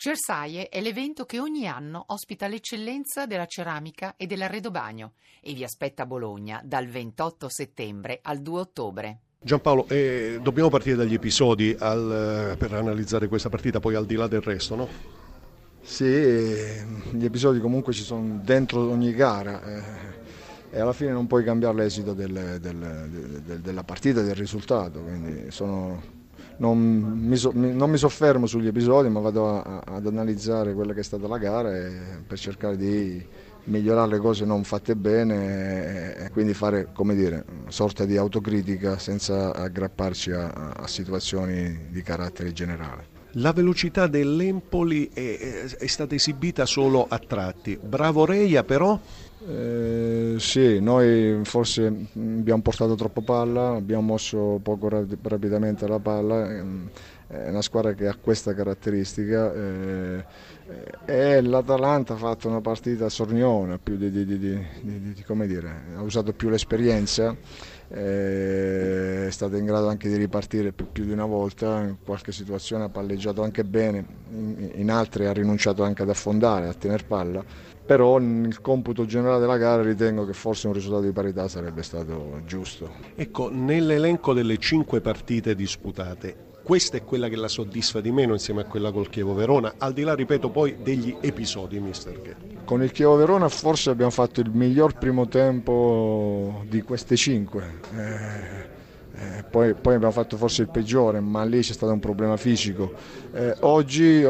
Cersaie è l'evento che ogni anno ospita l'eccellenza della ceramica e dell'arredobagno e vi aspetta a Bologna dal 28 settembre al 2 ottobre. Giampaolo, dobbiamo partire dagli episodi per analizzare questa partita, poi al di là del resto, no? Sì, gli episodi comunque ci sono dentro ogni gara e alla fine non puoi cambiare l'esito della partita, del risultato, quindi non mi soffermo sugli episodi, ma vado ad analizzare quella che è stata la gara per cercare di migliorare le cose non fatte bene e quindi fare, come dire, una sorta di autocritica senza aggrapparci a situazioni di carattere generale. La velocità dell'Empoli è stata esibita solo a tratti. Bravo Reia però? Sì, noi forse abbiamo portato troppo palla, abbiamo mosso poco rapidamente la palla, è una squadra che ha questa caratteristica e l'Atalanta ha fatto una partita sorniona, più come dire, ha usato più l'esperienza, è stata in grado anche di ripartire più di una volta, in qualche situazione ha palleggiato anche bene, in altre ha rinunciato anche ad affondare, a tener palla. Però nel computo generale della gara ritengo che forse un risultato di parità sarebbe stato giusto. Ecco, nell'elenco delle 5 partite disputate, questa è quella che la soddisfa di meno insieme a quella col Chievo Verona, al di là, ripeto, poi degli episodi, mister Che. Con il Chievo Verona forse abbiamo fatto il miglior primo tempo di queste 5. Poi abbiamo fatto forse il peggiore, ma lì c'è stato un problema fisico. Oggi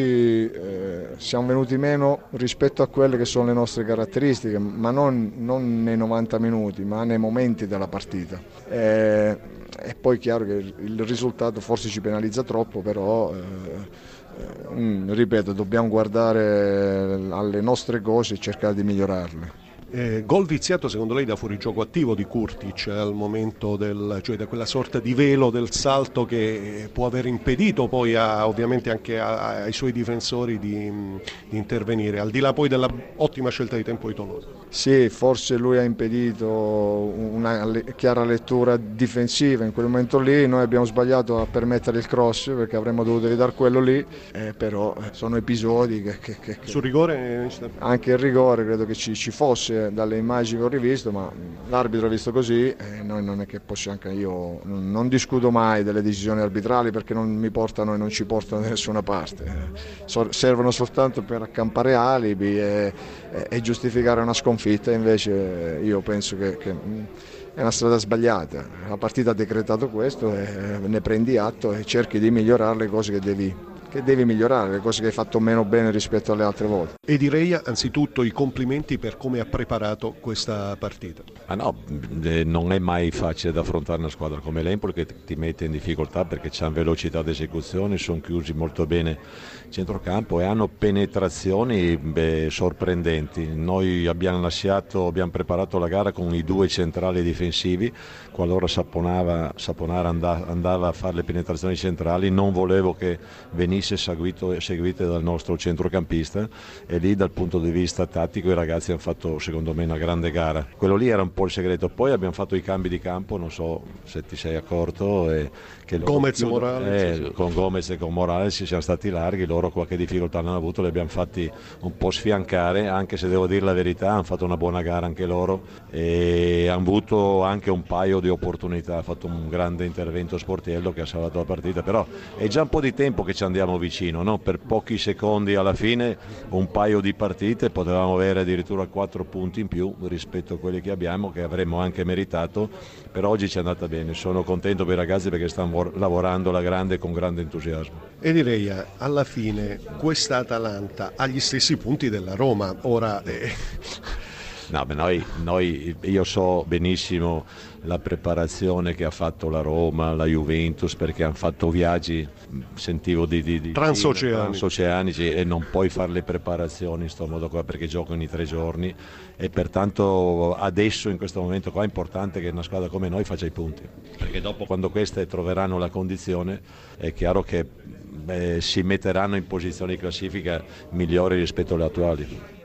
siamo venuti meno rispetto a quelle che sono le nostre caratteristiche, ma non nei 90 minuti, ma nei momenti della partita. E poi è chiaro che il risultato forse ci penalizza troppo, però ripeto, dobbiamo guardare alle nostre cose e cercare di migliorarle. Gol viziato secondo lei da fuorigioco attivo di Kurtic al momento cioè da quella sorta di velo del salto che può aver impedito poi ovviamente anche ai suoi difensori di intervenire, al di là poi della ottima scelta di tempo di Tolosa. Sì, forse lui ha impedito una chiara lettura difensiva in quel momento lì, noi abbiamo sbagliato a permettere il cross perché avremmo dovuto ridare quello lì, però sono episodi che sul rigore? Anche il rigore credo che ci fosse dalle immagini che ho rivisto, ma l'arbitro ha visto così e noi non è che possiamo, anche io non discuto mai delle decisioni arbitrali perché non mi portano e non ci portano da nessuna parte, servono soltanto per accampare alibi e giustificare una sconfitta, invece io penso che è una strada sbagliata. La partita ha decretato questo e ne prendi atto e cerchi di migliorare le cose che devi migliorare, le cose che hai fatto meno bene rispetto alle altre volte. E direi anzitutto i complimenti per come ha preparato questa partita. Non è mai facile da affrontare una squadra come l'Empoli che ti mette in difficoltà perché c'hanno velocità di esecuzione, sono chiusi molto bene centrocampo e hanno penetrazioni sorprendenti. Noi abbiamo preparato la gara con i 2 centrali difensivi, qualora Saponara andava a fare le penetrazioni centrali non volevo che venisse seguite dal nostro centrocampista e lì dal punto di vista tattico i ragazzi hanno fatto secondo me una grande gara. Quello lì era un po' il segreto, poi abbiamo fatto i cambi di campo, non so se ti sei accorto, che Gomez e Morales, con Gomez e con Morales ci siamo stati larghi, loro qualche difficoltà hanno avuto, li abbiamo fatti un po' sfiancare, anche se devo dire la verità hanno fatto una buona gara anche loro e hanno avuto anche un paio di opportunità, ha fatto un grande intervento Sportiello che ha salvato la partita, però è già un po' di tempo che ci andiamo vicino, no? Per pochi secondi alla fine un paio di partite potevamo avere addirittura 4 punti in più rispetto a quelli che abbiamo, che avremmo anche meritato, però oggi ci è andata bene, sono contento per i ragazzi perché stanno lavorando alla grande con grande entusiasmo. E direi alla fine questa Atalanta ha gli stessi punti della Roma, ora io so benissimo la preparazione che ha fatto la Roma, la Juventus, perché hanno fatto viaggi, sentivo di transoceanici e non puoi fare le preparazioni in questo modo qua perché giocano i 3 giorni e pertanto adesso in questo momento qua è importante che una squadra come noi faccia i punti, perché dopo quando queste troveranno la condizione è chiaro che si metteranno in posizioni di classifica migliori rispetto alle attuali.